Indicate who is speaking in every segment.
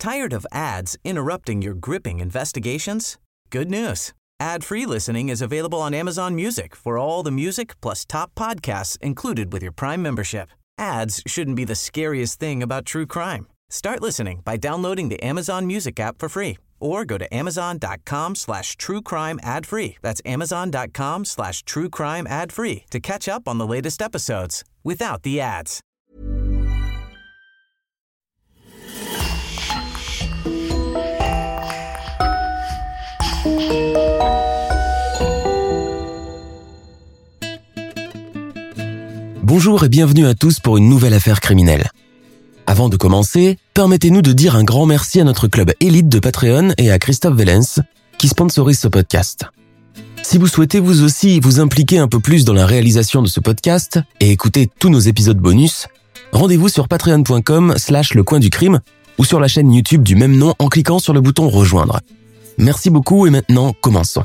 Speaker 1: Tired of ads interrupting your gripping investigations? Good news. Ad-free listening is available on Amazon Music for all the music plus top podcasts included with your Prime membership. Ads shouldn't be the scariest thing about true crime. Start listening by downloading the Amazon Music app for free or go to amazon.com/truecrime ad-free. That's amazon.com/truecrime ad-free to catch up on the latest episodes without the ads.
Speaker 2: Bonjour et bienvenue à tous pour une nouvelle affaire criminelle. Avant de commencer, permettez-nous de dire un grand merci à notre club élite de Patreon et à Christophe Vellens qui sponsorise ce podcast. Si vous souhaitez vous aussi vous impliquer un peu plus dans la réalisation de ce podcast et écouter tous nos épisodes bonus, rendez-vous sur patreon.com/lecoinducrime ou sur la chaîne YouTube du même nom en cliquant sur le bouton rejoindre. Merci beaucoup et maintenant commençons.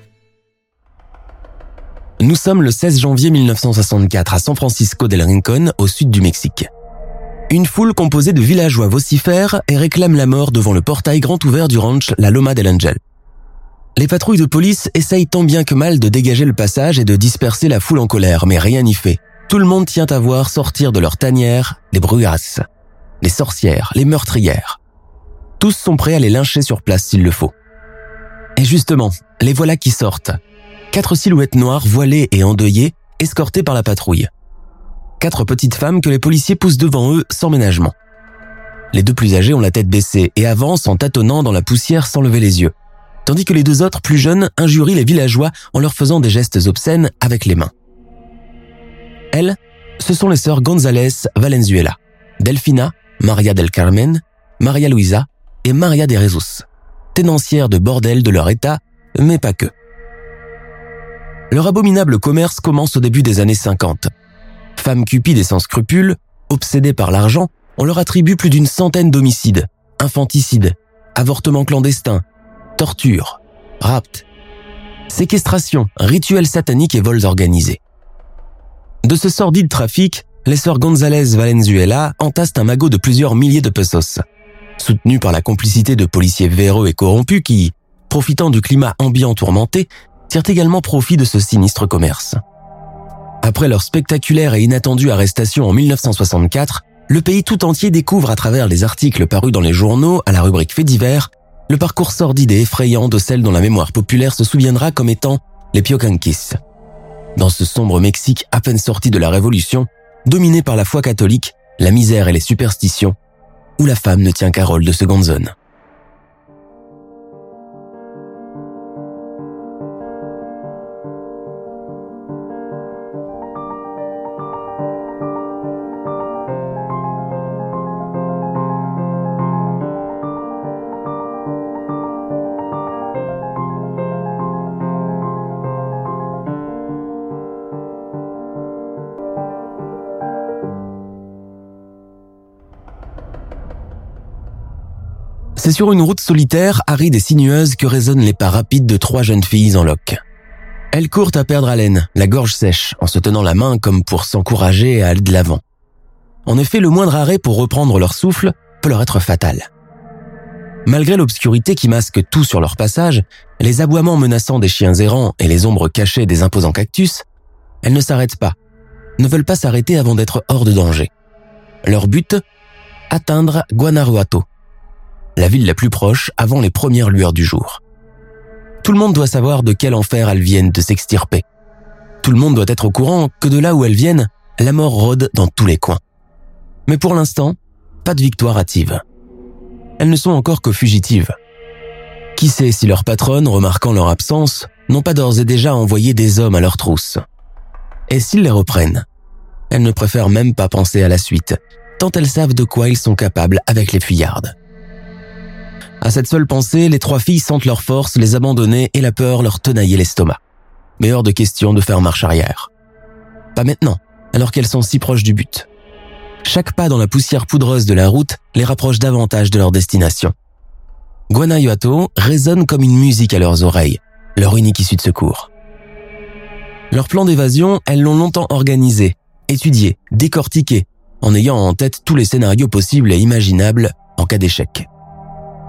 Speaker 2: Nous sommes le 16 janvier 1964 à San Francisco del Rincón, au sud du Mexique. Une foule composée de villageois vocifère et réclame la mort devant le portail grand ouvert du ranch La Loma del Ángel. Les patrouilles de police essayent tant bien que mal de dégager le passage et de disperser la foule en colère, mais rien n'y fait. Tout le monde tient à voir sortir de leur tanière les brujas, les sorcières, les meurtrières. Tous sont prêts à les lyncher sur place s'il le faut. Et justement, les voilà qui sortent. 4 silhouettes noires voilées et endeuillées, escortées par la patrouille. 4 petites femmes que les policiers poussent devant eux sans ménagement. Les 2 plus âgées ont la tête baissée et avancent en tâtonnant dans la poussière sans lever les yeux, tandis que les 2 autres plus jeunes injurient les villageois en leur faisant des gestes obscènes avec les mains. Elles, ce sont les sœurs González Valenzuela, Delfina, María del Carmen, María Luisa et María de Jesús, tenancières de bordel de leur état, mais pas que. Leur abominable commerce commence au début des années 50. Femmes cupides et sans scrupules, obsédées par l'argent, on leur attribue plus d'une centaine d'homicides, infanticides, avortements clandestins, tortures, rapts, séquestrations, rituels sataniques et vols organisés. De ce sordide trafic, les sœurs González Valenzuela entassent un magot de plusieurs milliers de pesos, soutenus par la complicité de policiers véreux et corrompus qui, profitant du climat ambiant tourmenté, tirent également profit de ce sinistre commerce. Après leur spectaculaire et inattendue arrestation en 1964, le pays tout entier découvre à travers les articles parus dans les journaux à la rubrique Faits divers le parcours sordide et effrayant de celles dont la mémoire populaire se souviendra comme étant les Piocanquis. Dans ce sombre Mexique à peine sorti de la Révolution, dominé par la foi catholique, la misère et les superstitions, où la femme ne tient qu'un rôle de seconde zone. C'est sur une route solitaire, aride et sinueuse que résonnent les pas rapides de 3 jeunes filles en loques. Elles courent à perdre haleine, la gorge sèche, en se tenant la main comme pour s'encourager à aller de l'avant. En effet, le moindre arrêt pour reprendre leur souffle peut leur être fatal. Malgré l'obscurité qui masque tout sur leur passage, les aboiements menaçants des chiens errants et les ombres cachées des imposants cactus, elles ne s'arrêtent pas, ne veulent pas s'arrêter avant d'être hors de danger. Leur but ? Atteindre Guanajuato, la ville la plus proche avant les premières lueurs du jour. Tout le monde doit savoir de quel enfer elles viennent de s'extirper. Tout le monde doit être au courant que de là où elles viennent, la mort rôde dans tous les coins. Mais pour l'instant, pas de victoire hâtive. Elles ne sont encore que fugitives. Qui sait si leurs patronnes, remarquant leur absence, n'ont pas d'ores et déjà envoyé des hommes à leur trousse. Et s'ils les reprennent, elles ne préfèrent même pas penser à la suite, tant elles savent de quoi ils sont capables avec les fuyardes. À cette seule pensée, les 3 filles sentent leur force les abandonner et la peur leur tenailler l'estomac. Mais hors de question de faire marche arrière. Pas maintenant, alors qu'elles sont si proches du but. Chaque pas dans la poussière poudreuse de la route les rapproche davantage de leur destination. Guanajuato résonne comme une musique à leurs oreilles, leur unique issue de secours. Leur plan d'évasion, elles l'ont longtemps organisé, étudié, décortiqué, en ayant en tête tous les scénarios possibles et imaginables en cas d'échec.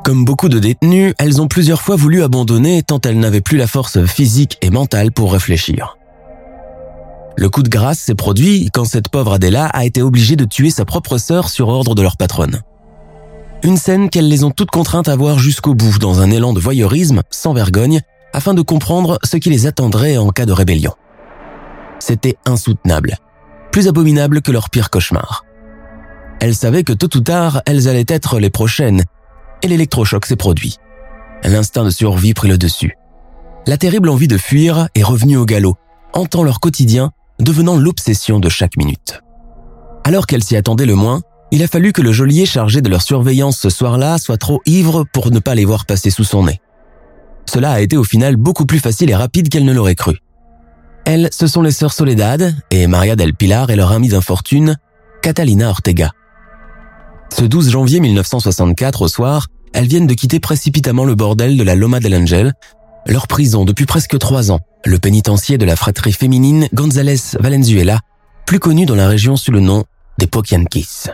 Speaker 2: Comme beaucoup de détenus, elles ont plusieurs fois voulu abandonner tant elles n'avaient plus la force physique et mentale pour réfléchir. Le coup de grâce s'est produit quand cette pauvre Adela a été obligée de tuer sa propre sœur sur ordre de leur patronne. Une scène qu'elles les ont toutes contraintes à voir jusqu'au bout dans un élan de voyeurisme sans vergogne afin de comprendre ce qui les attendrait en cas de rébellion. C'était insoutenable, plus abominable que leur pire cauchemar. Elles savaient que tôt ou tard, elles allaient être les prochaines et l'électrochoc s'est produit. L'instinct de survie prit le dessus. La terrible envie de fuir est revenue au galop, hantant leur quotidien, devenant l'obsession de chaque minute. Alors qu'elles s'y attendaient le moins, il a fallu que le geôlier chargé de leur surveillance ce soir-là soit trop ivre pour ne pas les voir passer sous son nez. Cela a été au final beaucoup plus facile et rapide qu'elles ne l'auraient cru. Elles, ce sont les sœurs Soledad et Maria del Pilar et leur amie d'infortune, Catalina Ortega. Ce 12 janvier 1964 au soir, elles viennent de quitter précipitamment le bordel de la Loma del Ángel, leur prison depuis presque 3 ans, le pénitencier de la fratrie féminine González Valenzuela, plus connu dans la région sous le nom des Poquianquis.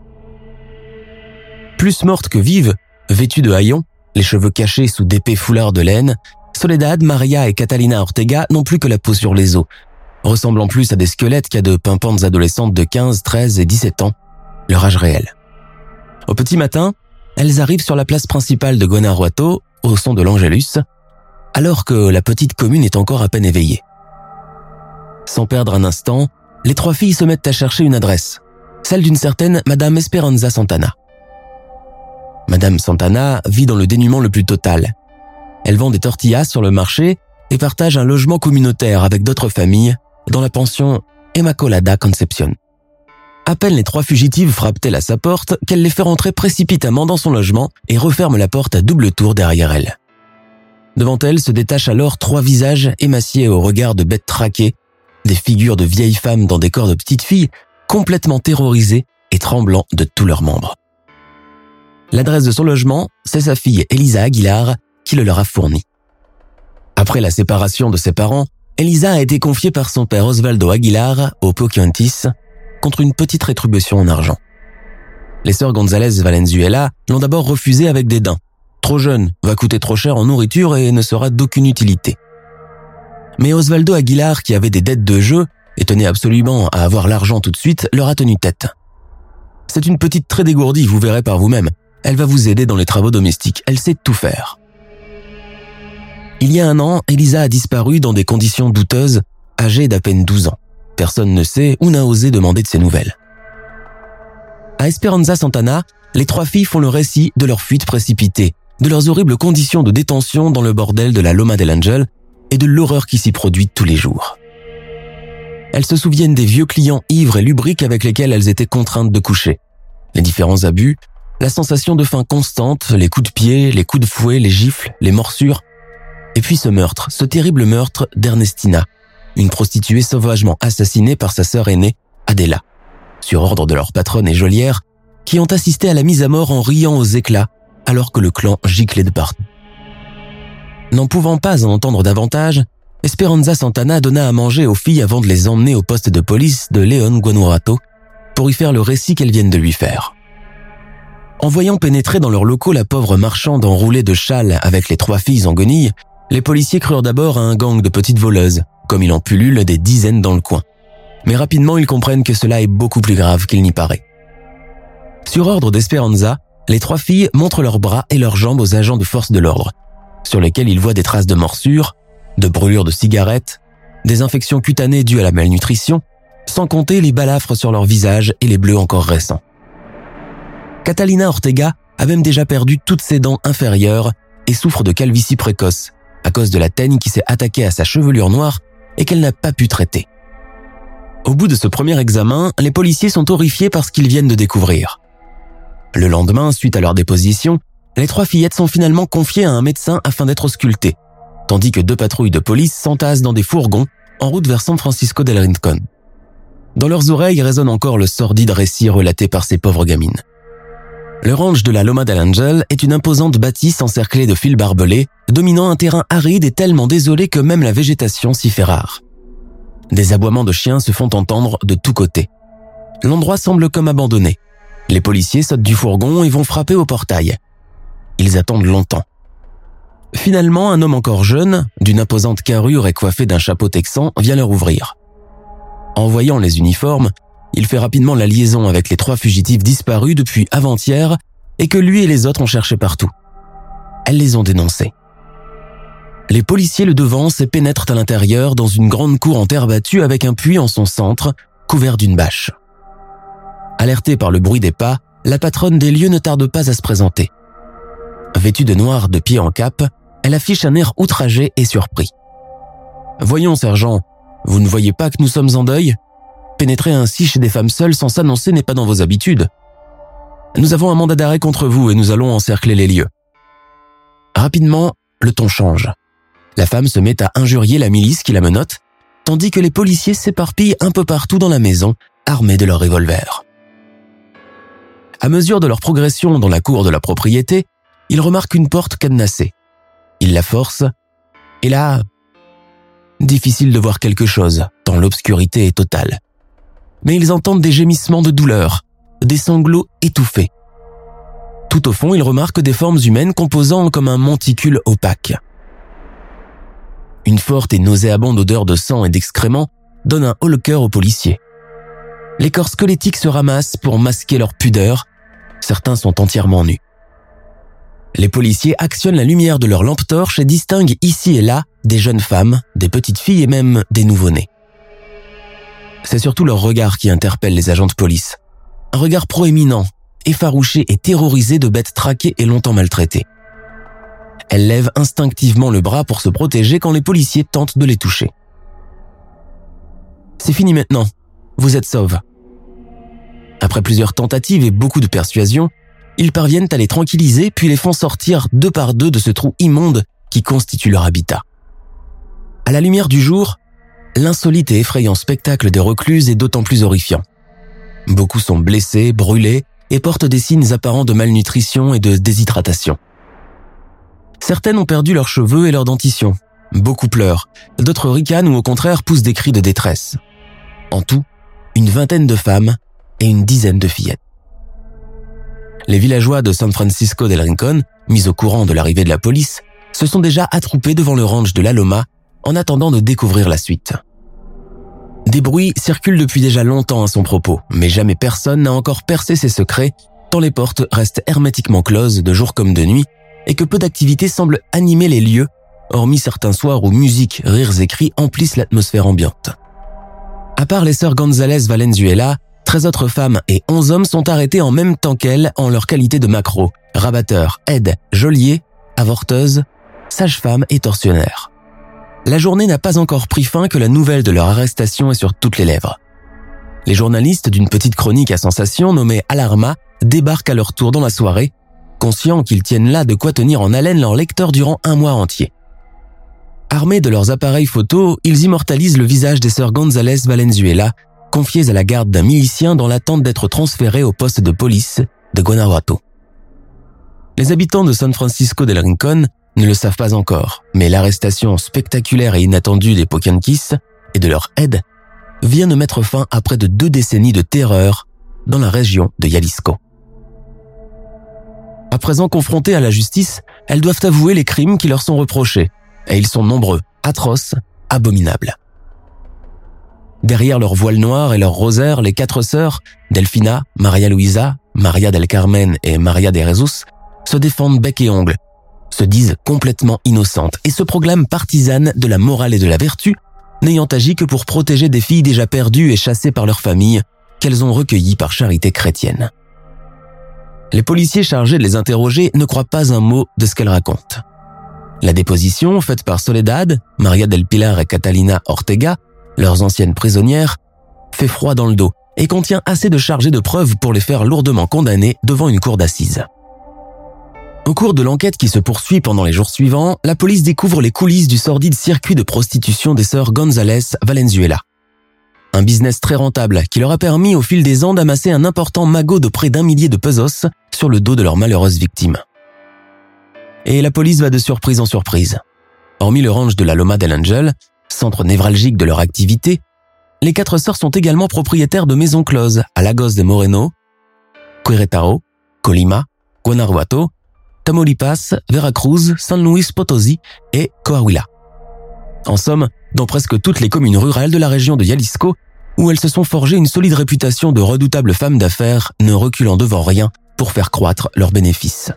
Speaker 2: Plus mortes que vives, vêtues de haillons, les cheveux cachés sous d'épais foulards de laine, Soledad, Maria et Catalina Ortega n'ont plus que la peau sur les os, ressemblant plus à des squelettes qu'à de pimpantes adolescentes de 15, 13 et 17 ans, leur âge réel. Au petit matin, elles arrivent sur la place principale de Guanajuato, au son de l'Angelus, alors que la petite commune est encore à peine éveillée. Sans perdre un instant, les 3 filles se mettent à chercher une adresse, celle d'une certaine Madame Esperanza Santana. Madame Santana vit dans le dénuement le plus total. Elle vend des tortillas sur le marché et partage un logement communautaire avec d'autres familles dans la pension Immaculada Concepción. À peine les 3 fugitives frappent-elles à sa porte qu'elle les fait rentrer précipitamment dans son logement et referme la porte à double tour derrière elle. Devant elle se détachent alors 3 visages émaciés au regard de bêtes traquées, des figures de vieilles femmes dans des corps de petites filles, complètement terrorisées et tremblant de tous leurs membres. L'adresse de son logement, c'est sa fille Elisa Aguilar qui le leur a fourni. Après la séparation de ses parents, Elisa a été confiée par son père Osvaldo Aguilar aux Poquianquis contre une petite rétribution en argent. Les sœurs González Valenzuela l'ont d'abord refusée avec dédain. Trop jeune, va coûter trop cher en nourriture et ne sera d'aucune utilité. Mais Osvaldo Aguilar, qui avait des dettes de jeu et tenait absolument à avoir l'argent tout de suite, leur a tenu tête. C'est une petite très dégourdie, vous verrez par vous-même. Elle va vous aider dans les travaux domestiques, elle sait tout faire. Il y a 1 an, Elisa a disparu dans des conditions douteuses, âgée d'à peine 12 ans. Personne ne sait ou n'a osé demander de ses nouvelles. À Esperanza Santana, les 3 filles font le récit de leur fuite précipitée, de leurs horribles conditions de détention dans le bordel de la Loma del Ángel et de l'horreur qui s'y produit tous les jours. Elles se souviennent des vieux clients ivres et lubriques avec lesquels elles étaient contraintes de coucher, les différents abus, la sensation de faim constante, les coups de pied, les coups de fouet, les gifles, les morsures, et puis ce meurtre, ce terrible meurtre d'Ernestina, une prostituée sauvagement assassinée par sa sœur aînée, Adela, sur ordre de leur patronne et geôlière, qui ont assisté à la mise à mort en riant aux éclats, alors que le clan giclait de partout. N'en pouvant pas en entendre davantage, Esperanza Santana donna à manger aux filles avant de les emmener au poste de police de León, Guanajuato, pour y faire le récit qu'elles viennent de lui faire. En voyant pénétrer dans leurs locaux la pauvre marchande enroulée de châles avec les 3 filles en guenilles, les policiers crurent d'abord à un gang de petites voleuses, comme il en pullule des dizaines dans le coin. Mais rapidement, ils comprennent que cela est beaucoup plus grave qu'il n'y paraît. Sur ordre d'Esperanza, les 3 filles montrent leurs bras et leurs jambes aux agents de force de l'ordre, sur lesquels ils voient des traces de morsures, de brûlures de cigarettes, des infections cutanées dues à la malnutrition, sans compter les balafres sur leur visage et les bleus encore récents. Catalina Ortega a même déjà perdu toutes ses dents inférieures et souffre de calvitie précoce, à cause de la teigne qui s'est attaquée à sa chevelure noire et qu'elle n'a pas pu traiter. Au bout de ce premier examen, les policiers sont horrifiés par ce qu'ils viennent de découvrir. Le lendemain, suite à leur déposition, les 3 fillettes sont finalement confiées à un médecin afin d'être auscultées, tandis que 2 patrouilles de police s'entassent dans des fourgons en route vers San Francisco del Rincón. Dans leurs oreilles résonne encore le sordide récit relaté par ces pauvres gamines. Le ranch de la Loma del Ángel est une imposante bâtisse encerclée de fils barbelés, dominant un terrain aride et tellement désolé que même la végétation s'y fait rare. Des aboiements de chiens se font entendre de tous côtés. L'endroit semble comme abandonné. Les policiers sautent du fourgon et vont frapper au portail. Ils attendent longtemps. Finalement, un homme encore jeune, d'une imposante carrure et coiffé d'un chapeau texan, vient leur ouvrir. En voyant les uniformes, il fait rapidement la liaison avec les 3 fugitifs disparus depuis avant-hier et que lui et les autres ont cherché partout. Elles les ont dénoncés. Les policiers le devancent et pénètrent à l'intérieur dans une grande cour en terre battue avec un puits en son centre, couvert d'une bâche. Alertée par le bruit des pas, la patronne des lieux ne tarde pas à se présenter. Vêtue de noir de pied en cap, elle affiche un air outragé et surpris. « Voyons, sergent, vous ne voyez pas que nous sommes en deuil ? Pénétrer ainsi chez des femmes seules sans s'annoncer n'est pas dans vos habitudes. Nous avons un mandat d'arrêt contre vous et nous allons encercler les lieux. » Rapidement, le ton change. La femme se met à injurier la milice qui la menotte, tandis que les policiers s'éparpillent un peu partout dans la maison, armés de leurs revolvers. À mesure de leur progression dans la cour de la propriété, ils remarquent une porte cadenassée. Ils la forcent, et là, difficile de voir quelque chose, tant l'obscurité est totale. Mais ils entendent des gémissements de douleur, des sanglots étouffés. Tout au fond, ils remarquent des formes humaines composant comme un monticule opaque. Une forte et nauséabonde odeur de sang et d'excréments donne un haut-le-cœur aux policiers. Les corps squelettiques se ramassent pour masquer leur pudeur. Certains sont entièrement nus. Les policiers actionnent la lumière de leur lampe torche et distinguent ici et là des jeunes femmes, des petites filles et même des nouveau-nés. C'est surtout leur regard qui interpelle les agents de police. Un regard proéminent, effarouché et terrorisé de bêtes traquées et longtemps maltraitées. Elles lèvent instinctivement le bras pour se protéger quand les policiers tentent de les toucher. « C'est fini maintenant, vous êtes sauves. » Après plusieurs tentatives et beaucoup de persuasion, ils parviennent à les tranquilliser puis les font sortir 2 par 2 de ce trou immonde qui constitue leur habitat. À la lumière du jour, l'insolite et effrayant spectacle des recluses est d'autant plus horrifiant. Beaucoup sont blessés, brûlés et portent des signes apparents de malnutrition et de déshydratation. Certaines ont perdu leurs cheveux et leur dentition. Beaucoup pleurent, d'autres ricanent ou au contraire poussent des cris de détresse. En tout, une 20aine de femmes et une 10aine de fillettes. Les villageois de San Francisco del Rincón, mis au courant de l'arrivée de la police, se sont déjà attroupés devant le ranch de La Loma en attendant de découvrir la suite. Des bruits circulent depuis déjà longtemps à son propos, mais jamais personne n'a encore percé ses secrets, tant les portes restent hermétiquement closes de jour comme de nuit et que peu d'activités semblent animer les lieux, hormis certains soirs où musique, rires et cris emplissent l'atmosphère ambiante. À part les sœurs González Valenzuela, 13 autres femmes et 11 hommes sont arrêtés en même temps qu'elles en leur qualité de maquereaux, rabatteurs, aides, geôliers, avorteuses, sages-femmes et tortionnaires. La journée n'a pas encore pris fin que la nouvelle de leur arrestation est sur toutes les lèvres. Les journalistes d'une petite chronique à sensation nommée Alarma débarquent à leur tour dans la soirée, conscients qu'ils tiennent là de quoi tenir en haleine leurs lecteurs durant un mois entier. Armés de leurs appareils photos, ils immortalisent le visage des sœurs González Valenzuela, confiées à la garde d'un milicien dans l'attente d'être transférées au poste de police de Guanajuato. Les habitants de San Francisco del Rincón ne le savent pas encore, mais l'arrestation spectaculaire et inattendue des Pocanquis et de leur aide vient de mettre fin à près de 2 décennies de terreur dans la région de Jalisco. À présent confrontées à la justice, elles doivent avouer les crimes qui leur sont reprochés, et ils sont nombreux, atroces, abominables. Derrière leur voile noir et leur rosaire, les 4 sœurs, Delfina, Maria Luisa, Maria del Carmen et Maria de Jesus, se défendent bec et ongles, se disent complètement innocentes et se proclament partisanes de la morale et de la vertu, n'ayant agi que pour protéger des filles déjà perdues et chassées par leur famille, qu'elles ont recueillies par charité chrétienne. Les policiers chargés de les interroger ne croient pas un mot de ce qu'elles racontent. La déposition, faite par Soledad, Maria del Pilar et Catalina Ortega, leurs anciennes prisonnières, fait froid dans le dos et contient assez de chargés de preuves pour les faire lourdement condamner devant une cour d'assises. Au cours de l'enquête qui se poursuit pendant les jours suivants, la police découvre les coulisses du sordide circuit de prostitution des sœurs González Valenzuela. Un business très rentable qui leur a permis au fil des ans d'amasser un important magot de près d'1 millier de pesos sur le dos de leurs malheureuses victimes. Et la police va de surprise en surprise. Hormis le ranch de la Loma del Ángel, centre névralgique de leur activité, les 4 sœurs sont également propriétaires de maisons closes à Lagos de Moreno, Querétaro, Colima, Guanajuato, Tamaulipas, Veracruz, San Luis Potosí et Coahuila. En somme, dans presque toutes les communes rurales de la région de Jalisco, où elles se sont forgées une solide réputation de redoutables femmes d'affaires, ne reculant devant rien pour faire croître leurs bénéfices.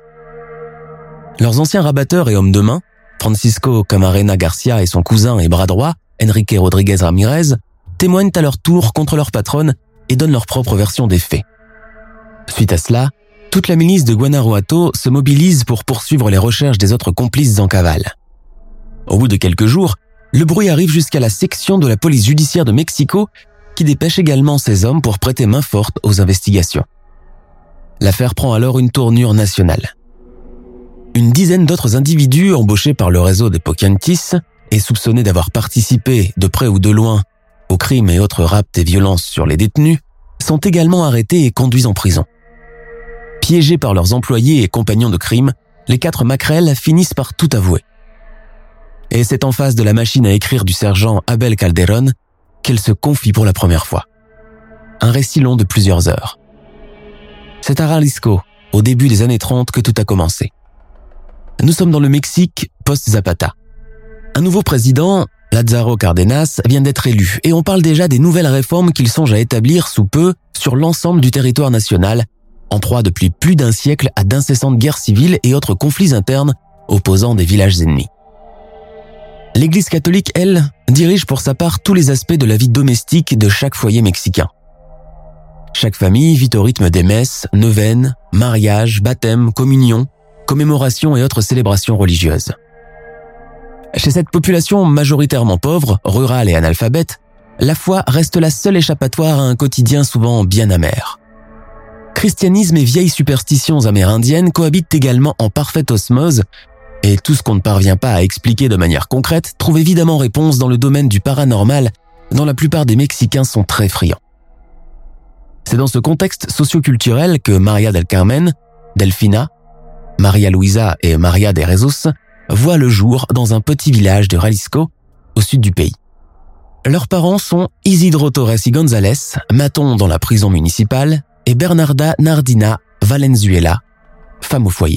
Speaker 2: Leurs anciens rabatteurs et hommes de main, Francisco Camarena Garcia et son cousin et bras droit, Enrique Rodriguez Ramirez, témoignent à leur tour contre leur patronne et donnent leur propre version des faits. Suite à cela, toute la milice de Guanajuato se mobilise pour poursuivre les recherches des autres complices en cavale. Au bout de quelques jours, le bruit arrive jusqu'à la section de la police judiciaire de Mexico qui dépêche également ses hommes pour prêter main forte aux investigations. L'affaire prend alors une tournure nationale. Une dizaine d'autres individus embauchés par le réseau des Poquiantis et soupçonnés d'avoir participé, de près ou de loin, aux crimes et autres rapts et violences sur les détenus, sont également arrêtés et conduits en prison. Piégés par leurs employés et compagnons de crime, les 4 maquerelles finissent par tout avouer. Et c'est en face de la machine à écrire du sergent Abel Calderón qu'elle se confie pour la première fois. Un récit long de plusieurs heures. C'est à Jalisco, au début des années 30, que tout a commencé. Nous sommes dans le Mexique post-Zapata. Un nouveau président, Lázaro Cárdenas, vient d'être élu et on parle déjà des nouvelles réformes qu'il songe à établir sous peu sur l'ensemble du territoire national, en proie depuis plus d'un siècle à d'incessantes guerres civiles et autres conflits internes opposant des villages ennemis. L'Église catholique, elle, dirige pour sa part tous les aspects de la vie domestique de chaque foyer mexicain. Chaque famille vit au rythme des messes, neuvaines, mariages, baptêmes, communions, commémorations et autres célébrations religieuses. Chez cette population majoritairement pauvre, rurale et analphabète, la foi reste la seule échappatoire à un quotidien souvent bien amer. Christianisme et vieilles superstitions amérindiennes cohabitent également en parfaite osmose, et tout ce qu'on ne parvient pas à expliquer de manière concrète trouve évidemment réponse dans le domaine du paranormal, dont la plupart des Mexicains sont très friands. C'est dans ce contexte socioculturel que María del Carmen, Delfina, María Luisa et María de Jesús voient le jour dans un petit village de Jalisco, au sud du pays. Leurs parents sont Isidro Torres y González, maton dans la prison municipale, et Bernarda Nardina Valenzuela, femme au foyer.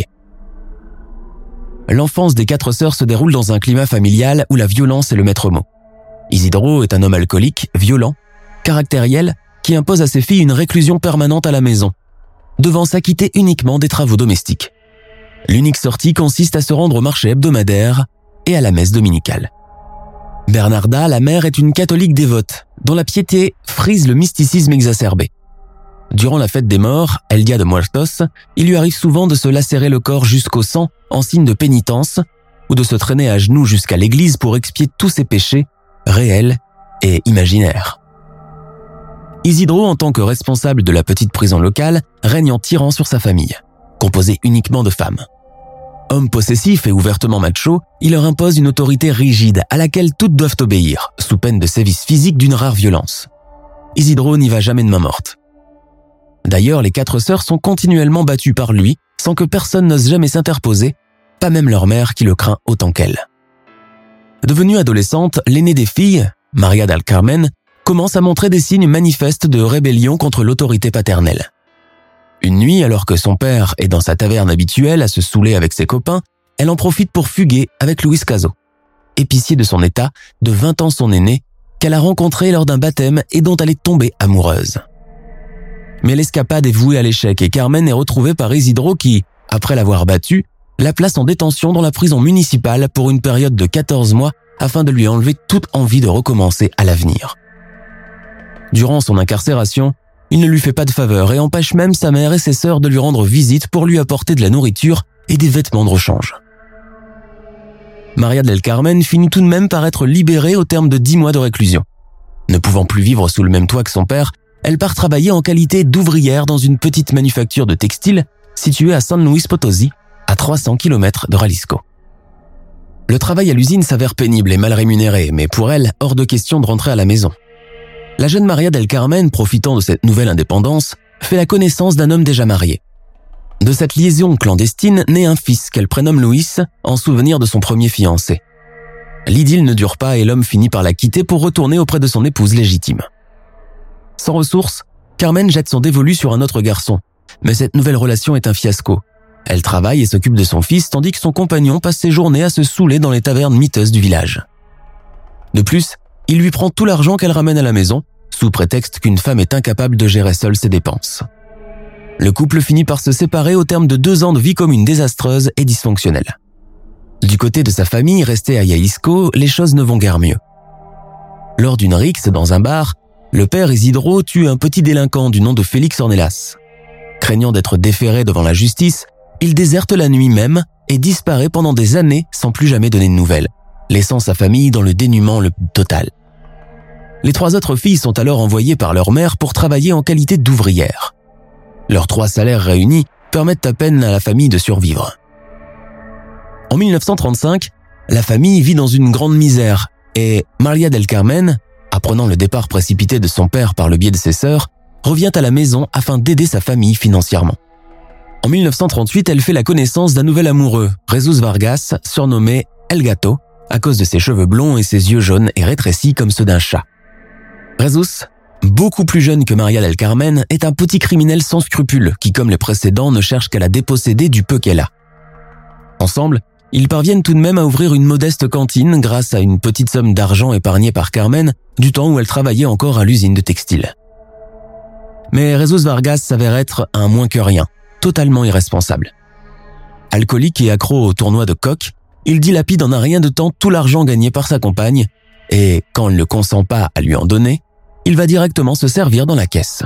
Speaker 2: L'enfance des 4 sœurs se déroule dans un climat familial où la violence est le maître mot. Isidro est un homme alcoolique, violent, caractériel, qui impose à ses filles une réclusion permanente à la maison, devant s'acquitter uniquement des travaux domestiques. L'unique sortie consiste à se rendre au marché hebdomadaire et à la messe dominicale. Bernarda, la mère, est une catholique dévote, dont la piété frise le mysticisme exacerbé. Durant la fête des morts, El Día de Muertos, il lui arrive souvent de se lacérer le corps jusqu'au sang en signe de pénitence ou de se traîner à genoux jusqu'à l'église pour expier tous ses péchés, réels et imaginaires. Isidro, en tant que responsable de la petite prison locale, règne en tyran sur sa famille, composée uniquement de femmes. Homme possessif et ouvertement macho, il leur impose une autorité rigide à laquelle toutes doivent obéir, sous peine de sévices physiques d'une rare violence. Isidro n'y va jamais de main morte. D'ailleurs, les 4 sœurs sont continuellement battues par lui, sans que personne n'ose jamais s'interposer, pas même leur mère qui le craint autant qu'elle. Devenue adolescente, l'aînée des filles, María del Carmen, commence à montrer des signes manifestes de rébellion contre l'autorité paternelle. Une nuit, alors que son père est dans sa taverne habituelle à se saouler avec ses copains, elle en profite pour fuguer avec Luis Caso, épicier de son état, de 20 ans son aîné, qu'elle a rencontré lors d'un baptême et dont elle est tombée amoureuse. Mais l'escapade est vouée à l'échec et Carmen est retrouvée par Isidro qui, après l'avoir battue, la place en détention dans la prison municipale pour une période de 14 mois afin de lui enlever toute envie de recommencer à l'avenir. Durant son incarcération, il ne lui fait pas de faveur et empêche même sa mère et ses sœurs de lui rendre visite pour lui apporter de la nourriture et des vêtements de rechange. María del Carmen finit tout de même par être libérée au terme de 10 mois de réclusion. Ne pouvant plus vivre sous le même toit que son père, elle part travailler en qualité d'ouvrière dans une petite manufacture de textile située à San Luis Potosí, à 300 km de Jalisco. Le travail à l'usine s'avère pénible et mal rémunéré, mais pour elle, hors de question de rentrer à la maison. La jeune María del Carmen, profitant de cette nouvelle indépendance, fait la connaissance d'un homme déjà marié. De cette liaison clandestine naît un fils qu'elle prénomme Luis en souvenir de son premier fiancé. L'idylle ne dure pas et l'homme finit par la quitter pour retourner auprès de son épouse légitime. Sans ressources, Carmen jette son dévolu sur un autre garçon, mais cette nouvelle relation est un fiasco. Elle travaille et s'occupe de son fils tandis que son compagnon passe ses journées à se saouler dans les tavernes miteuses du village. De plus, il lui prend tout l'argent qu'elle ramène à la maison, sous prétexte qu'une femme est incapable de gérer seule ses dépenses. Le couple finit par se séparer au terme de 2 ans de vie commune désastreuse et dysfonctionnelle. Du côté de sa famille restée à Jalisco, les choses ne vont guère mieux. Lors d'une rixe dans un bar, le père Isidro tue un petit délinquant du nom de Félix Ornelas. Craignant d'être déféré devant la justice, il déserte la nuit même et disparaît pendant des années sans plus jamais donner de nouvelles, laissant sa famille dans le dénuement le plus total. Les 3 autres filles sont alors envoyées par leur mère pour travailler en qualité d'ouvrières. Leurs 3 salaires réunis permettent à peine à la famille de survivre. En 1935, la famille vit dans une grande misère et Maria del Carmen, apprenant le départ précipité de son père par le biais de ses sœurs, revient à la maison afin d'aider sa famille financièrement. En 1938, elle fait la connaissance d'un nouvel amoureux, Jesus Vargas, surnommé El Gato, à cause de ses cheveux blonds et ses yeux jaunes et rétrécis comme ceux d'un chat. Jesus, beaucoup plus jeune que Maria del Carmen, est un petit criminel sans scrupules qui, comme les précédents, ne cherche qu'à la déposséder du peu qu'elle a. Ensemble, ils parviennent tout de même à ouvrir une modeste cantine grâce à une petite somme d'argent épargnée par Carmen du temps où elle travaillait encore à l'usine de textile. Mais Jesus Vargas s'avère être un moins que rien, totalement irresponsable. Alcoolique et accro au tournoi de coq, il dilapide en un rien de temps tout l'argent gagné par sa compagne et, quand elle ne consent pas à lui en donner, il va directement se servir dans la caisse.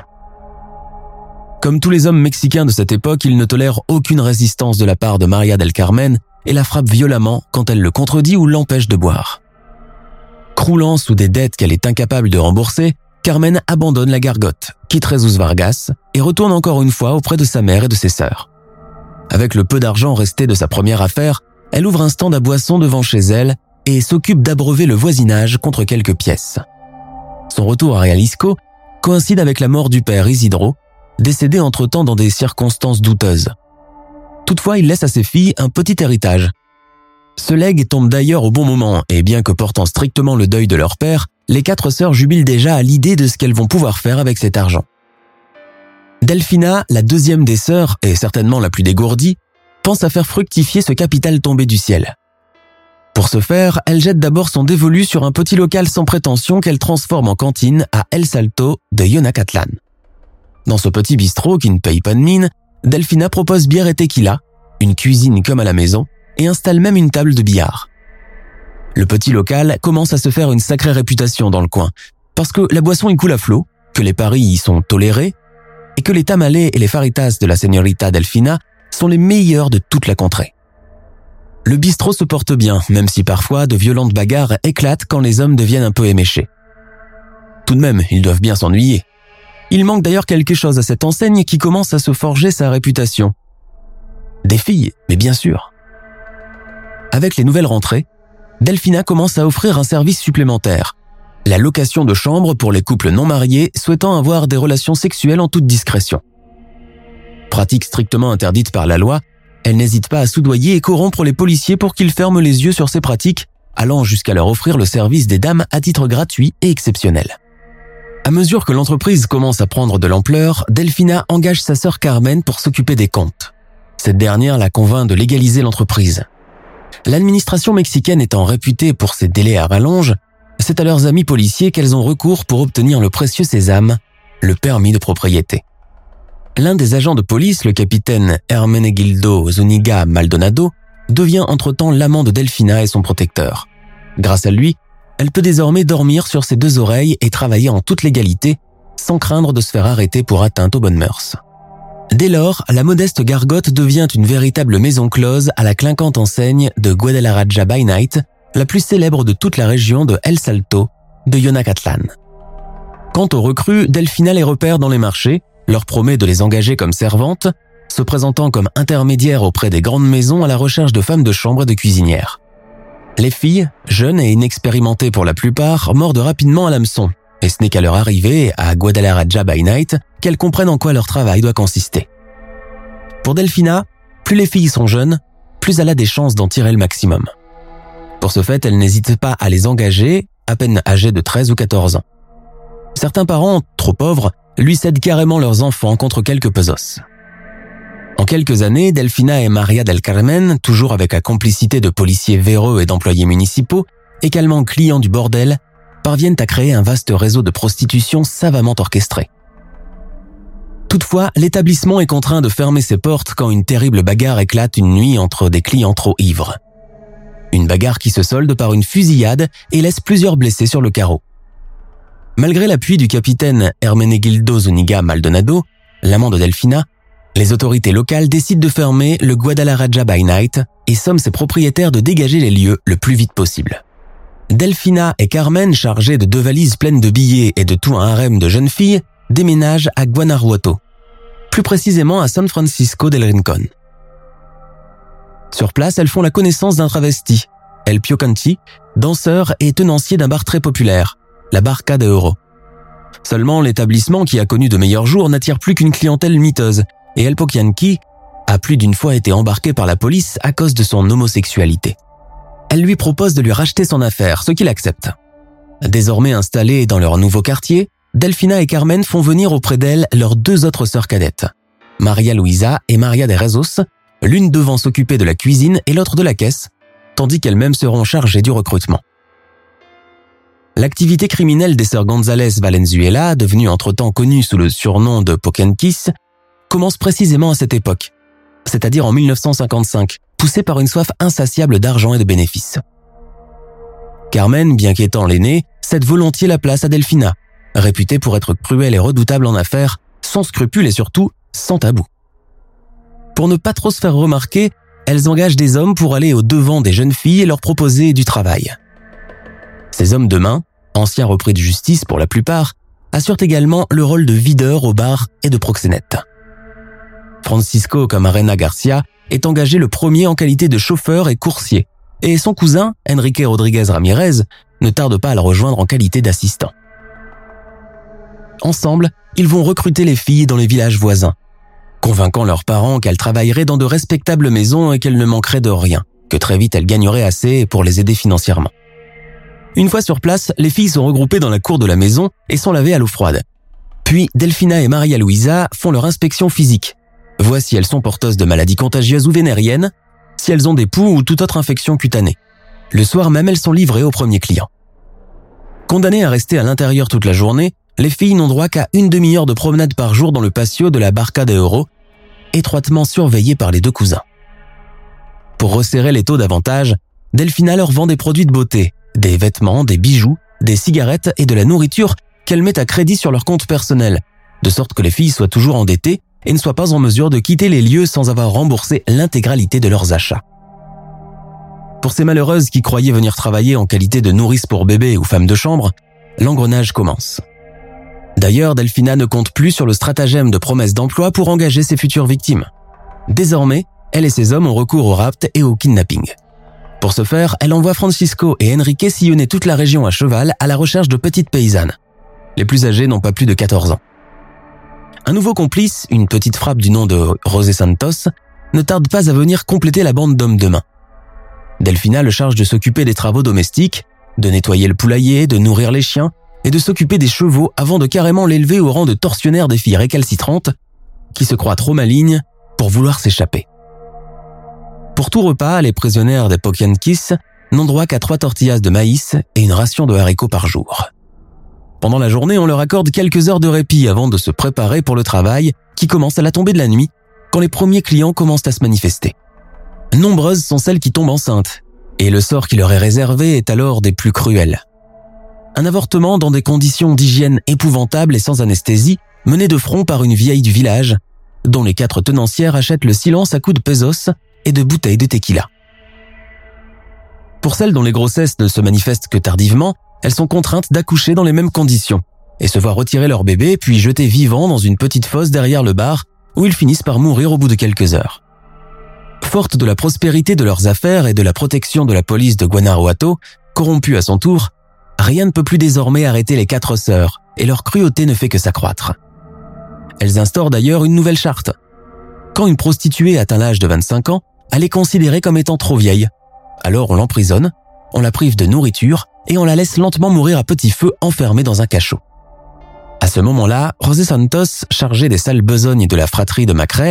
Speaker 2: Comme tous les hommes mexicains de cette époque, il ne tolère aucune résistance de la part de Maria del Carmen et la frappe violemment quand elle le contredit ou l'empêche de boire. Croulant sous des dettes qu'elle est incapable de rembourser, Carmen abandonne la gargote, quitte Jesus Vargas et retourne encore une fois auprès de sa mère et de ses sœurs. Avec le peu d'argent resté de sa première affaire, elle ouvre un stand à boissons devant chez elle et s'occupe d'abreuver le voisinage contre quelques pièces. Son retour à Jalisco coïncide avec la mort du père Isidro, décédé entre-temps dans des circonstances douteuses. Toutefois, il laisse à ses filles un petit héritage. Ce legs tombe d'ailleurs au bon moment et bien que portant strictement le deuil de leur père, les 4 sœurs jubilent déjà à l'idée de ce qu'elles vont pouvoir faire avec cet argent. Delfina, la 2e des sœurs et certainement la plus dégourdie, pense à faire fructifier ce capital tombé du ciel. Pour ce faire, elle jette d'abord son dévolu sur un petit local sans prétention qu'elle transforme en cantine à El Salto de Yonacatlan. Dans ce petit bistrot qui ne paye pas de mine, Delfina propose bière et tequila, une cuisine comme à la maison, et installe même une table de billard. Le petit local commence à se faire une sacrée réputation dans le coin, parce que la boisson y coule à flot, que les paris y sont tolérés, et que les tamales et les faritas de la señorita Delfina sont les meilleurs de toute la contrée. Le bistrot se porte bien, même si parfois de violentes bagarres éclatent quand les hommes deviennent un peu éméchés. Tout de même, ils doivent bien s'ennuyer. Il manque d'ailleurs quelque chose à cette enseigne qui commence à se forger sa réputation. Des filles, mais bien sûr. Avec les nouvelles rentrées, Delfina commence à offrir un service supplémentaire, la location de chambres pour les couples non mariés souhaitant avoir des relations sexuelles en toute discrétion. Pratique strictement interdite par la loi, elle n'hésite pas à soudoyer et corrompre les policiers pour qu'ils ferment les yeux sur ces pratiques, allant jusqu'à leur offrir le service des dames à titre gratuit et exceptionnel. À mesure que l'entreprise commence à prendre de l'ampleur, Delfina engage sa sœur Carmen pour s'occuper des comptes. Cette dernière la convainc de légaliser l'entreprise. L'administration mexicaine étant réputée pour ses délais à rallonge, c'est à leurs amis policiers qu'elles ont recours pour obtenir le précieux sésame, le permis de propriété. L'un des agents de police, le capitaine Hermenegildo Zuniga Maldonado, devient entre-temps l'amant de Delfina et son protecteur. Grâce à lui, elle peut désormais dormir sur ses 2 oreilles et travailler en toute légalité, sans craindre de se faire arrêter pour atteinte aux bonnes mœurs. Dès lors, la modeste gargote devient une véritable maison close à la clinquante enseigne de Guadalajara by Night, la plus célèbre de toute la région de El Salto, de Yonacatlan. Quant aux recrues, Delfina les repère dans les marchés, leur promet de les engager comme servantes, se présentant comme intermédiaires auprès des grandes maisons à la recherche de femmes de chambre et de cuisinières. Les filles, jeunes et inexpérimentées pour la plupart, mordent rapidement à l'hameçon, et ce n'est qu'à leur arrivée à Guadalajara by Night qu'elles comprennent en quoi leur travail doit consister. Pour Delfina, plus les filles sont jeunes, plus elle a des chances d'en tirer le maximum. Pour ce fait, elle n'hésite pas à les engager, à peine âgées de 13 ou 14 ans. Certains parents, trop pauvres, lui cèdent carrément leurs enfants contre quelques pesos. En quelques années, Delfina et Maria del Carmen, toujours avec la complicité de policiers véreux et d'employés municipaux, également clients du bordel, parviennent à créer un vaste réseau de prostitution savamment orchestré. Toutefois, l'établissement est contraint de fermer ses portes quand une terrible bagarre éclate une nuit entre des clients trop ivres. Une bagarre qui se solde par une fusillade et laisse plusieurs blessés sur le carreau. Malgré l'appui du capitaine Hermenegildo Zuniga Maldonado, l'amant de Delfina, les autorités locales décident de fermer le Guadalajara by Night et somment ses propriétaires de dégager les lieux le plus vite possible. Delfina et Carmen, chargés de 2 valises pleines de billets et de tout un harem de jeunes filles, déménagent à Guanajuato, plus précisément à San Francisco del Rincón. Sur place, elles font la connaissance d'un travesti, El Piocanchi, danseur et tenancier d'un bar très populaire, la Barca de Oro. Seulement, l'établissement, qui a connu de meilleurs jours, n'attire plus qu'une clientèle miteuse, et El Piocanchi a plus d'une fois été embarqué par la police à cause de son homosexualité. Elle lui propose de lui racheter son affaire, ce qu'il accepte. Désormais installées dans leur nouveau quartier, Delfina et Carmen font venir auprès d'elles leurs 2 autres sœurs cadettes, Maria Luisa et Maria de Rezos, l'une devant s'occuper de la cuisine et l'autre de la caisse, tandis qu'elles-mêmes seront chargées du recrutement. L'activité criminelle des sœurs González Valenzuela, devenue entre-temps connue sous le surnom de Pocanquis, commence précisément à cette époque, c'est-à-dire en 1955, poussée par une soif insatiable d'argent et de bénéfices. Carmen, bien qu'étant l'aînée, cède volontiers la place à Delfina, réputée pour être cruelle et redoutable en affaires, sans scrupules et surtout sans tabou. Pour ne pas trop se faire remarquer, elles engagent des hommes pour aller au devant des jeunes filles et leur proposer du travail. Ces hommes de main, anciens repris de justice pour la plupart, assurent également le rôle de videurs au bar et de proxénètes. Francisco Camarena Garcia est engagé le premier en qualité de chauffeur et coursier, et son cousin, Enrique Rodriguez Ramirez, ne tarde pas à le rejoindre en qualité d'assistant. Ensemble, ils vont recruter les filles dans les villages voisins, convainquant leurs parents qu'elles travailleraient dans de respectables maisons et qu'elles ne manqueraient de rien, que très vite elles gagneraient assez pour les aider financièrement. Une fois sur place, les filles sont regroupées dans la cour de la maison et sont lavées à l'eau froide. Puis, Delfina et Maria Luisa font leur inspection physique. Voient si elles sont porteuses de maladies contagieuses ou vénériennes, si elles ont des poux ou toute autre infection cutanée. Le soir même, elles sont livrées aux premiers clients. Condamnées à rester à l'intérieur toute la journée, les filles n'ont droit qu'à une demi-heure de promenade par jour dans le patio de la Barca de Oro, étroitement surveillée par les 2 cousins. Pour resserrer les taux d'avantage, Delfina leur vend des produits de beauté, des vêtements, des bijoux, des cigarettes et de la nourriture qu'elle met à crédit sur leur compte personnel, de sorte que les filles soient toujours endettées et ne soient pas en mesure de quitter les lieux sans avoir remboursé l'intégralité de leurs achats. Pour ces malheureuses qui croyaient venir travailler en qualité de nourrice pour bébé ou femme de chambre, l'engrenage commence. D'ailleurs, Delfina ne compte plus sur le stratagème de promesse d'emploi pour engager ses futures victimes. Désormais, elle et ses hommes ont recours au rapt et au kidnapping. Pour ce faire, elle envoie Francisco et Enrique sillonner toute la région à cheval à la recherche de petites paysannes. Les plus âgées n'ont pas plus de 14 ans. Un nouveau complice, une petite frappe du nom de José Santos, ne tarde pas à venir compléter la bande d'hommes de main. Delfina le charge de s'occuper des travaux domestiques, de nettoyer le poulailler, de nourrir les chiens et de s'occuper des chevaux avant de carrément l'élever au rang de tortionnaire des filles récalcitrantes qui se croient trop malignes pour vouloir s'échapper. Pour tout repas, les prisonnières des Pocanquis n'ont droit qu'à 3 tortillas de maïs et une ration de haricots par jour. Pendant la journée, on leur accorde quelques heures de répit avant de se préparer pour le travail qui commence à la tombée de la nuit quand les premiers clients commencent à se manifester. Nombreuses sont celles qui tombent enceintes et le sort qui leur est réservé est alors des plus cruels. Un avortement dans des conditions d'hygiène épouvantables et sans anesthésie mené de front par une vieille du village dont les 4 tenancières achètent le silence à coups de pesos et de bouteilles de tequila. Pour celles dont les grossesses ne se manifestent que tardivement, elles sont contraintes d'accoucher dans les mêmes conditions et se voient retirer leur bébé puis jeter vivant dans une petite fosse derrière le bar où ils finissent par mourir au bout de quelques heures. Fortes de la prospérité de leurs affaires et de la protection de la police de Guanajuato, corrompue à son tour, rien ne peut plus désormais arrêter les 4 sœurs et leur cruauté ne fait que s'accroître. Elles instaurent d'ailleurs une nouvelle charte. Quand une prostituée atteint l'âge de 25 ans, elle est considérée comme étant trop vieille. Alors on l'emprisonne, on la prive de nourriture et on la laisse lentement mourir à petit feu enfermée dans un cachot. À ce moment-là, José Santos, chargé des sales besognes de la fratrie de Macrel,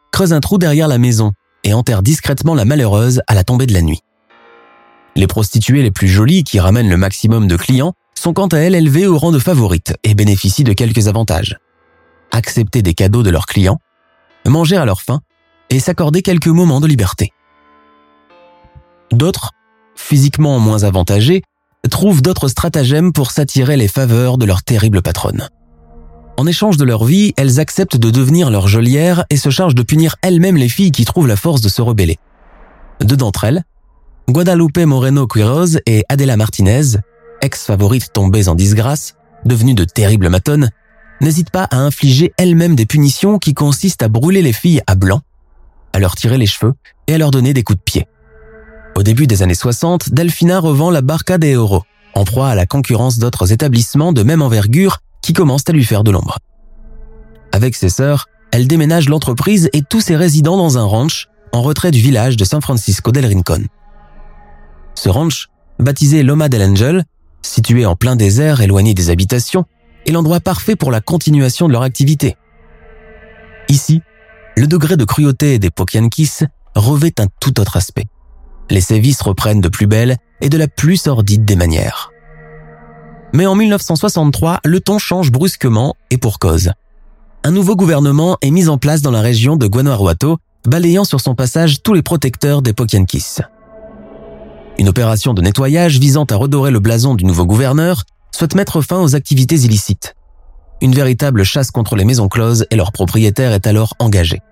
Speaker 2: creusent un trou derrière la maison et enterrent discrètement la malheureuse à la tombée de la nuit. Les prostituées les plus jolies qui ramènent le maximum de clients sont quant à elles élevées au rang de favorites et bénéficient de quelques avantages. Accepter des cadeaux de leurs clients, manger à leur faim et s'accorder quelques moments de liberté. D'autres, physiquement moins avantagés, trouvent d'autres stratagèmes pour s'attirer les faveurs de leur terrible patronne. En échange de leur vie, elles acceptent de devenir leur geôlière et se chargent de punir elles-mêmes les filles qui trouvent la force de se rebeller. Deux d'entre elles, Guadalupe Moreno Quiroz et Adela Martinez, ex-favorites tombées en disgrâce, devenues de terribles matonnes, n'hésitent pas à infliger elles-mêmes des punitions qui consistent à brûler les filles à blanc, à leur tirer les cheveux et à leur donner des coups de pied. Au début des années 60, Delfina revend la Barca de Oro, en proie à la concurrence d'autres établissements de même envergure qui commencent à lui faire de l'ombre. Avec ses sœurs, elle déménage l'entreprise et tous ses résidents dans un ranch en retrait du village de San Francisco del Rincón. Ce ranch, baptisé Loma del Ángel, situé en plein désert éloigné des habitations, est l'endroit parfait pour la continuation de leur activité. Ici, le degré de cruauté des Poquianquis revêt un tout autre aspect. Les sévices reprennent de plus belle et de la plus sordide des manières. Mais en 1963, le ton change brusquement et pour cause. Un nouveau gouvernement est mis en place dans la région de Guanajuato, balayant sur son passage tous les protecteurs des Poquianquis. Une opération de nettoyage visant à redorer le blason du nouveau gouverneur souhaite mettre fin aux activités illicites. Une véritable chasse contre les maisons closes et leurs propriétaires est alors engagée.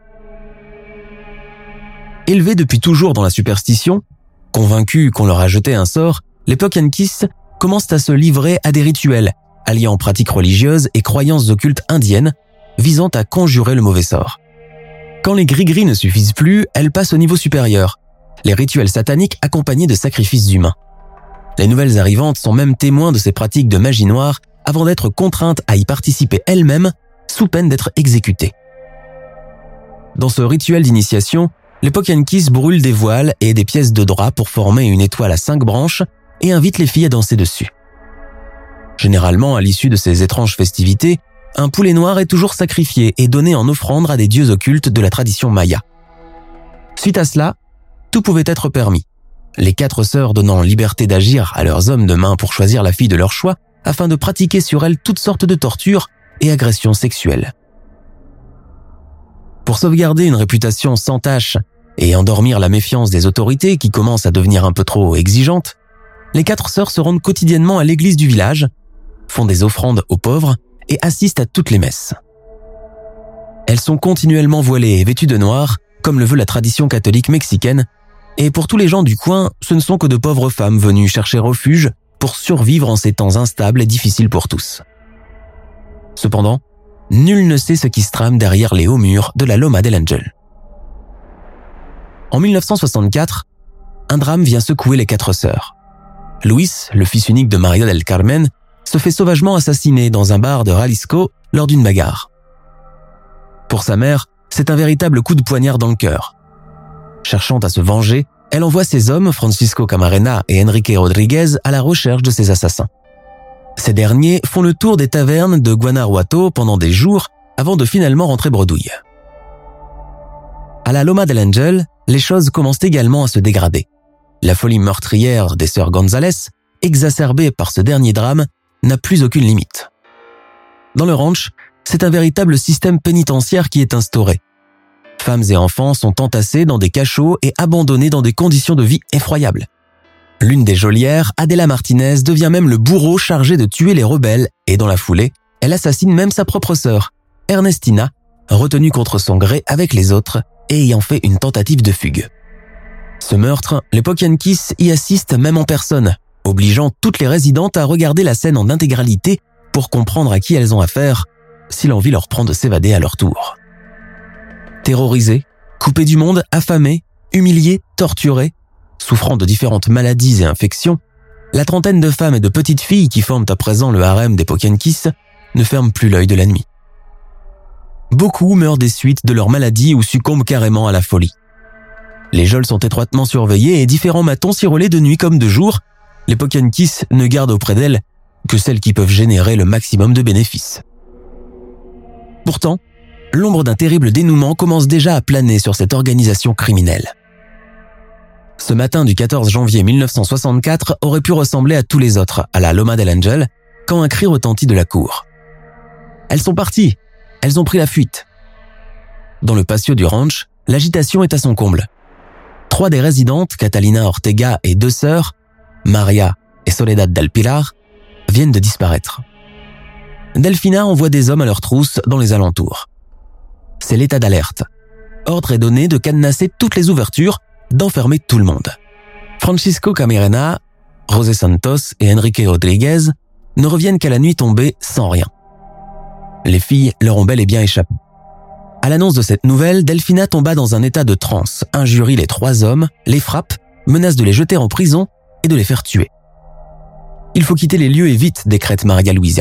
Speaker 2: Élevés depuis toujours dans la superstition, convaincus qu'on leur a jeté un sort, les Poquianquis commencent à se livrer à des rituels, alliant pratiques religieuses et croyances occultes indiennes, visant à conjurer le mauvais sort. Quand les gris-gris ne suffisent plus, elles passent au niveau supérieur, les rituels sataniques accompagnés de sacrifices humains. Les nouvelles arrivantes sont même témoins de ces pratiques de magie noire avant d'être contraintes à y participer elles-mêmes sous peine d'être exécutées. Dans ce rituel d'initiation, les Poquianquis brûlent des voiles et des pièces de drap pour former une étoile à 5 branches et invitent les filles à danser dessus. Généralement, à l'issue de ces étranges festivités, un poulet noir est toujours sacrifié et donné en offrande à des dieux occultes de la tradition maya. Suite à cela, tout pouvait être permis, les 4 sœurs donnant liberté d'agir à leurs hommes de main pour choisir la fille de leur choix afin de pratiquer sur elle toutes sortes de tortures et agressions sexuelles. Pour sauvegarder une réputation sans tache et endormir la méfiance des autorités qui commencent à devenir un peu trop exigeantes, les 4 sœurs se rendent quotidiennement à l'église du village, font des offrandes aux pauvres et assistent à toutes les messes. Elles sont continuellement voilées et vêtues de noir, comme le veut la tradition catholique mexicaine, et pour tous les gens du coin, ce ne sont que de pauvres femmes venues chercher refuge pour survivre en ces temps instables et difficiles pour tous. Cependant, nul ne sait ce qui se trame derrière les hauts murs de la Loma del Ángel. En 1964, un drame vient secouer les 4 sœurs. Luis, le fils unique de Maria del Carmen, se fait sauvagement assassiner dans un bar de Jalisco lors d'une bagarre. Pour sa mère, c'est un véritable coup de poignard dans le cœur. Cherchant à se venger, elle envoie ses hommes, Francisco Camarena et Enrique Rodriguez, à la recherche de ses assassins. Ces derniers font le tour des tavernes de Guanajuato pendant des jours avant de finalement rentrer bredouille. À la Loma del Ángel, les choses commencent également à se dégrader. La folie meurtrière des sœurs González, exacerbée par ce dernier drame, n'a plus aucune limite. Dans le ranch, c'est un véritable système pénitentiaire qui est instauré. Femmes et enfants sont entassés dans des cachots et abandonnés dans des conditions de vie effroyables. L'une des geôlières, Adela Martinez, devient même le bourreau chargé de tuer les rebelles et dans la foulée, elle assassine même sa propre sœur, Ernestina, retenue contre son gré avec les autres et ayant fait une tentative de fugue. Ce meurtre, les Poquianquis y assistent même en personne, obligeant toutes les résidentes à regarder la scène en intégralité pour comprendre à qui elles ont affaire, si l'envie leur prend de s'évader à leur tour. Terrorisées, coupées du monde, affamées, humiliées, torturées, souffrant de différentes maladies et infections, la trentaine de femmes et de petites filles qui forment à présent le harem des Poquianquis ne ferment plus l'œil de la nuit. Beaucoup meurent des suites de leur maladie ou succombent carrément à la folie. Les geôles sont étroitement surveillées et différents matons s'y relaient de nuit comme de jour. Les Poquianquis ne gardent auprès d'elles que celles qui peuvent générer le maximum de bénéfices. Pourtant, l'ombre d'un terrible dénouement commence déjà à planer sur cette organisation criminelle. Ce matin du 14 janvier 1964 aurait pu ressembler à tous les autres à la Loma del Ángel quand un cri retentit de la cour. Elles sont parties, elles ont pris la fuite. Dans le patio du ranch, l'agitation est à son comble. 3 des résidentes, Catalina Ortega et 2 sœurs, Maria et Soledad del Pilar, viennent de disparaître. Delfina envoie des hommes à leur trousse dans les alentours. C'est l'état d'alerte. Ordre est donné de cadenasser toutes les ouvertures, d'enfermer tout le monde. Francisco Camarena, José Santos et Enrique Rodriguez ne reviennent qu'à la nuit tombée sans rien. Les filles leur ont bel et bien échappé. À l'annonce de cette nouvelle, Delfina tomba dans un état de transe, injurie les 3 hommes, les frappe, menace de les jeter en prison et de les faire tuer. Il faut quitter les lieux et vite, décrète Maria Luisa.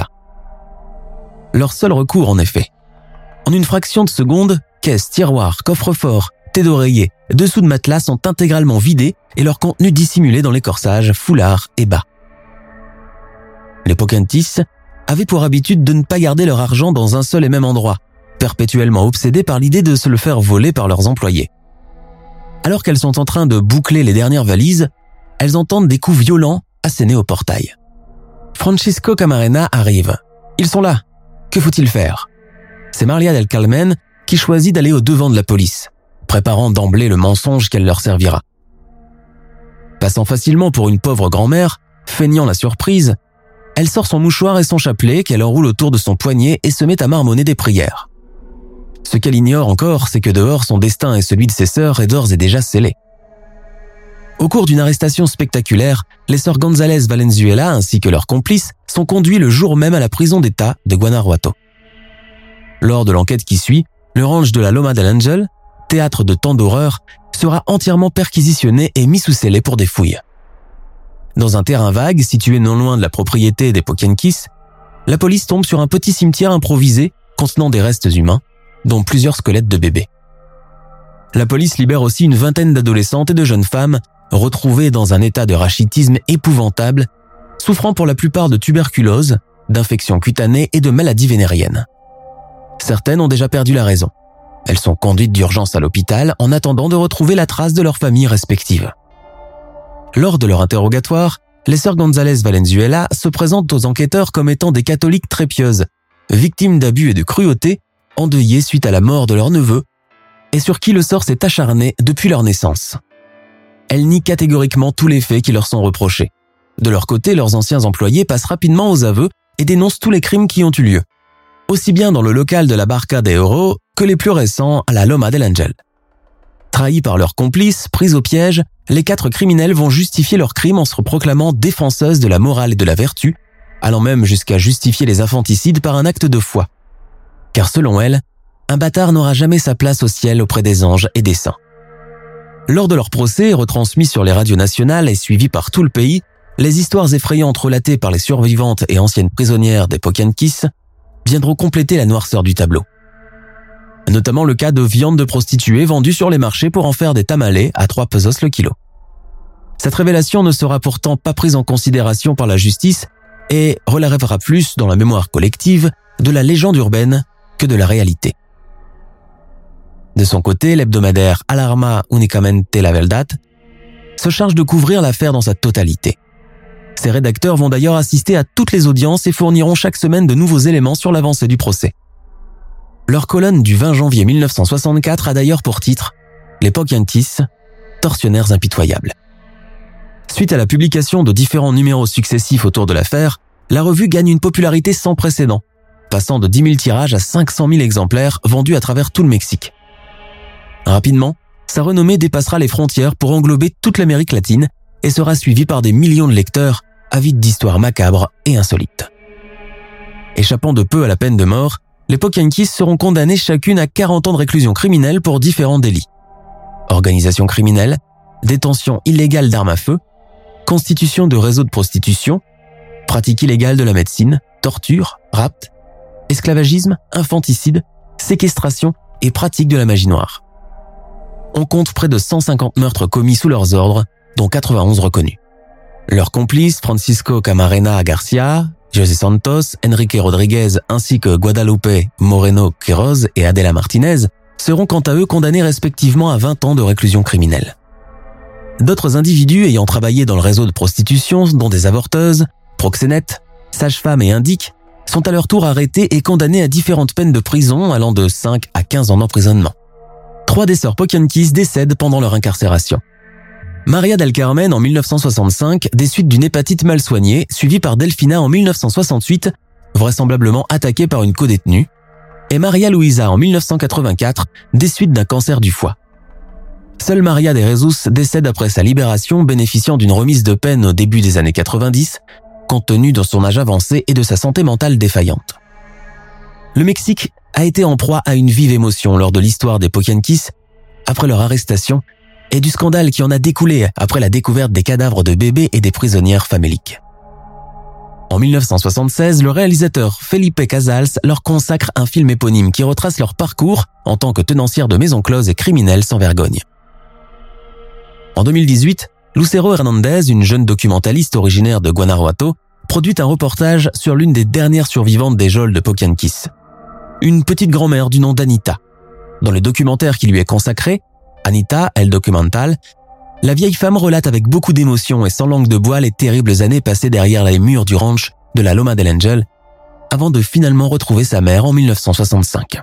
Speaker 2: Leur seul recours en effet. En une fraction de seconde, caisses, tiroirs, coffres-forts, têtes d'oreiller, dessous de matelas sont intégralement vidés et leur contenu dissimulé dans les corsages, foulards et bas. Les Pocantis avaient pour habitude de ne pas garder leur argent dans un seul et même endroit, perpétuellement obsédés par l'idée de se le faire voler par leurs employés. Alors qu'elles sont en train de boucler les dernières valises, elles entendent des coups violents asséner au portail. Francisco Camarena arrive. Ils sont là. Que faut-il faire? C'est Maria del Carmen qui choisit d'aller au devant de la police, préparant d'emblée le mensonge qu'elle leur servira. Passant facilement pour une pauvre grand-mère, feignant la surprise, elle sort son mouchoir et son chapelet qu'elle enroule autour de son poignet et se met à marmonner des prières. Ce qu'elle ignore encore, c'est que dehors, son destin et celui de ses sœurs est d'ores et déjà scellé. Au cours d'une arrestation spectaculaire, les sœurs González Valenzuela ainsi que leurs complices sont conduits le jour même à la prison d'État de Guanajuato. Lors de l'enquête qui suit, le ranch de la Loma del Ángel, théâtre de tant d'horreurs, sera entièrement perquisitionné et mis sous scellé pour des fouilles. Dans un terrain vague situé non loin de la propriété des Pocanquis, la police tombe sur un petit cimetière improvisé contenant des restes humains, dont plusieurs squelettes de bébés. La police libère aussi une vingtaine d'adolescentes et de jeunes femmes retrouvées dans un état de rachitisme épouvantable, souffrant pour la plupart de tuberculose, d'infections cutanées et de maladies vénériennes. Certaines ont déjà perdu la raison. Elles sont conduites d'urgence à l'hôpital en attendant de retrouver la trace de leurs familles respectives. Lors de leur interrogatoire, les sœurs González Valenzuela se présentent aux enquêteurs comme étant des catholiques très pieuses, victimes d'abus et de cruauté, endeuillées suite à la mort de leur neveu, et sur qui le sort s'est acharné depuis leur naissance. Elles nient catégoriquement tous les faits qui leur sont reprochés. De leur côté, leurs anciens employés passent rapidement aux aveux et dénoncent tous les crimes qui ont eu lieu, aussi bien dans le local de la Barca de Oro que les plus récents à la Loma del Ángel. Trahis par leurs complices, pris au piège, les 4 criminels vont justifier leurs crimes en se proclamant défenseuses de la morale et de la vertu, allant même jusqu'à justifier les infanticides par un acte de foi. Car selon elles, un bâtard n'aura jamais sa place au ciel auprès des anges et des saints. Lors de leur procès, retransmis sur les radios nationales et suivis par tout le pays, les histoires effrayantes relatées par les survivantes et anciennes prisonnières des Pocanquis viendront compléter la noirceur du tableau. Notamment le cas de viande de prostituées vendue sur les marchés pour en faire des tamales à 3 pesos le kilo. Cette révélation ne sera pourtant pas prise en considération par la justice et relèvera plus dans la mémoire collective de la légende urbaine que de la réalité. De son côté, l'hebdomadaire Alarma Únicamente la Verdad se charge de couvrir l'affaire dans sa totalité. Ses rédacteurs vont d'ailleurs assister à toutes les audiences et fourniront chaque semaine de nouveaux éléments sur l'avancée du procès. Leur colonne du 20 janvier 1964 a d'ailleurs pour titre « Les Pocanquis, tortionnaires impitoyables ». Suite à la publication de différents numéros successifs autour de l'affaire, la revue gagne une popularité sans précédent, passant de 10 000 tirages à 500 000 exemplaires vendus à travers tout le Mexique. Rapidement, sa renommée dépassera les frontières pour englober toute l'Amérique latine et sera suivie par des millions de lecteurs avides d'histoires macabres et insolites. Échappant de peu à la peine de mort, les Pocanquis seront condamnées chacune à 40 ans de réclusion criminelle pour différents délits. Organisation criminelle, détention illégale d'armes à feu, constitution de réseaux de prostitution, pratique illégale de la médecine, torture, rapt, esclavagisme, infanticide, séquestration et pratique de la magie noire. On compte près de 150 meurtres commis sous leurs ordres, dont 91 reconnus. Leurs complices, Francisco Camarena Garcia, José Santos, Enrique Rodriguez ainsi que Guadalupe Moreno Queiroz et Adela Martinez seront quant à eux condamnés respectivement à 20 ans de réclusion criminelle. D'autres individus ayant travaillé dans le réseau de prostitution, dont des avorteuses, proxénètes, sages-femmes et indiques, sont à leur tour arrêtés et condamnés à différentes peines de prison allant de 5 à 15 ans d'emprisonnement. 3 des sœurs Poquianquis décèdent pendant leur incarcération. Maria del Carmen en 1965 des suites d'une hépatite mal soignée, suivie par Delfina en 1968, vraisemblablement attaquée par une codétenue, et Maria Luisa en 1984 des suites d'un cancer du foie. Seule Maria de Jesus décède après sa libération, bénéficiant d'une remise de peine au début des années 90, compte tenu de son âge avancé et de sa santé mentale défaillante. Le Mexique a été en proie à une vive émotion lors de l'histoire des Poquianquis, après leur arrestation, et du scandale qui en a découlé après la découverte des cadavres de bébés et des prisonnières faméliques. En 1976, le réalisateur Felipe Casals leur consacre un film éponyme qui retrace leur parcours en tant que tenancière de maisons closes et criminels sans vergogne. En 2018, Lucero Hernandez, une jeune documentaliste originaire de Guanajuato, produit un reportage sur l'une des dernières survivantes des geôles de Poquianquis, une petite grand-mère du nom d'Anita. Dans le documentaire qui lui est consacré, Anita, El Documental, la vieille femme relate avec beaucoup d'émotion et sans langue de bois les terribles années passées derrière les murs du ranch de la Loma del Angel, avant de finalement retrouver sa mère en 1965.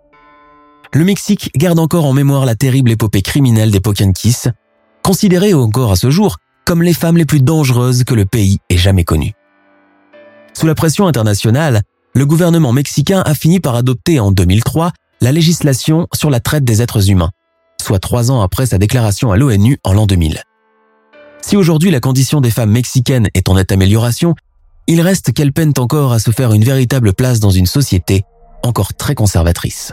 Speaker 2: Le Mexique garde encore en mémoire la terrible épopée criminelle des Poquianquis, considérées encore à ce jour comme les femmes les plus dangereuses que le pays ait jamais connues. Sous la pression internationale, le gouvernement mexicain a fini par adopter en 2003 la législation sur la traite des êtres humains, soit 3 ans après sa déclaration à l'ONU en l'an 2000. Si aujourd'hui la condition des femmes mexicaines est en nette amélioration, il reste qu'elles peinent encore à se faire une véritable place dans une société encore très conservatrice.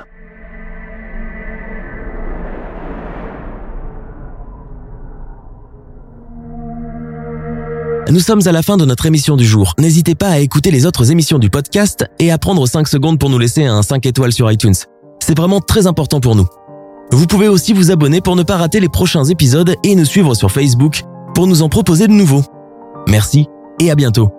Speaker 2: Nous sommes à la fin de notre émission du jour. N'hésitez pas à écouter les autres émissions du podcast et à prendre 5 secondes pour nous laisser un 5 étoiles sur iTunes. C'est vraiment très important pour nous. Vous pouvez aussi vous abonner pour ne pas rater les prochains épisodes et nous suivre sur Facebook pour nous en proposer de nouveaux. Merci et à bientôt.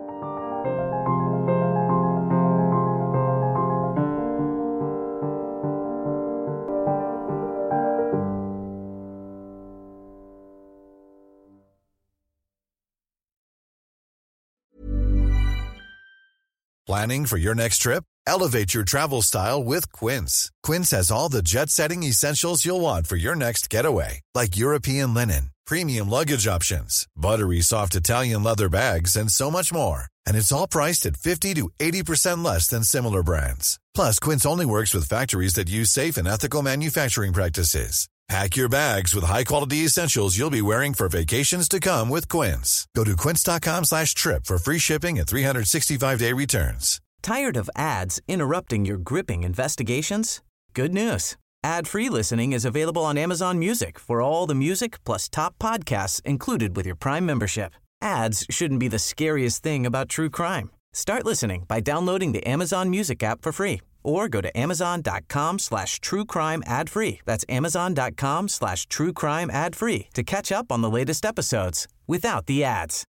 Speaker 3: Planning for your next trip? Elevate your travel style with Quince. Quince has all the jet-setting essentials you'll want for your next getaway, like European linen, premium luggage options, buttery soft Italian leather bags, and so much more. And it's all priced at 50 to 80% less than similar brands. Plus, Quince only works with factories that use safe and ethical manufacturing practices. Pack your bags with high-quality essentials you'll be wearing for vacations to come with Quince. Go to quince.com/trip for free shipping and 365-day returns.
Speaker 1: Tired of ads interrupting your gripping investigations? Good news. Ad-free listening is available on Amazon Music for all the music plus top podcasts included with your Prime membership. Ads shouldn't be the scariest thing about true crime. Start listening by downloading the Amazon Music app for free or go to amazon.com/truecrime ad-free. That's amazon.com/truecrime ad-free to catch up on the latest episodes without the ads.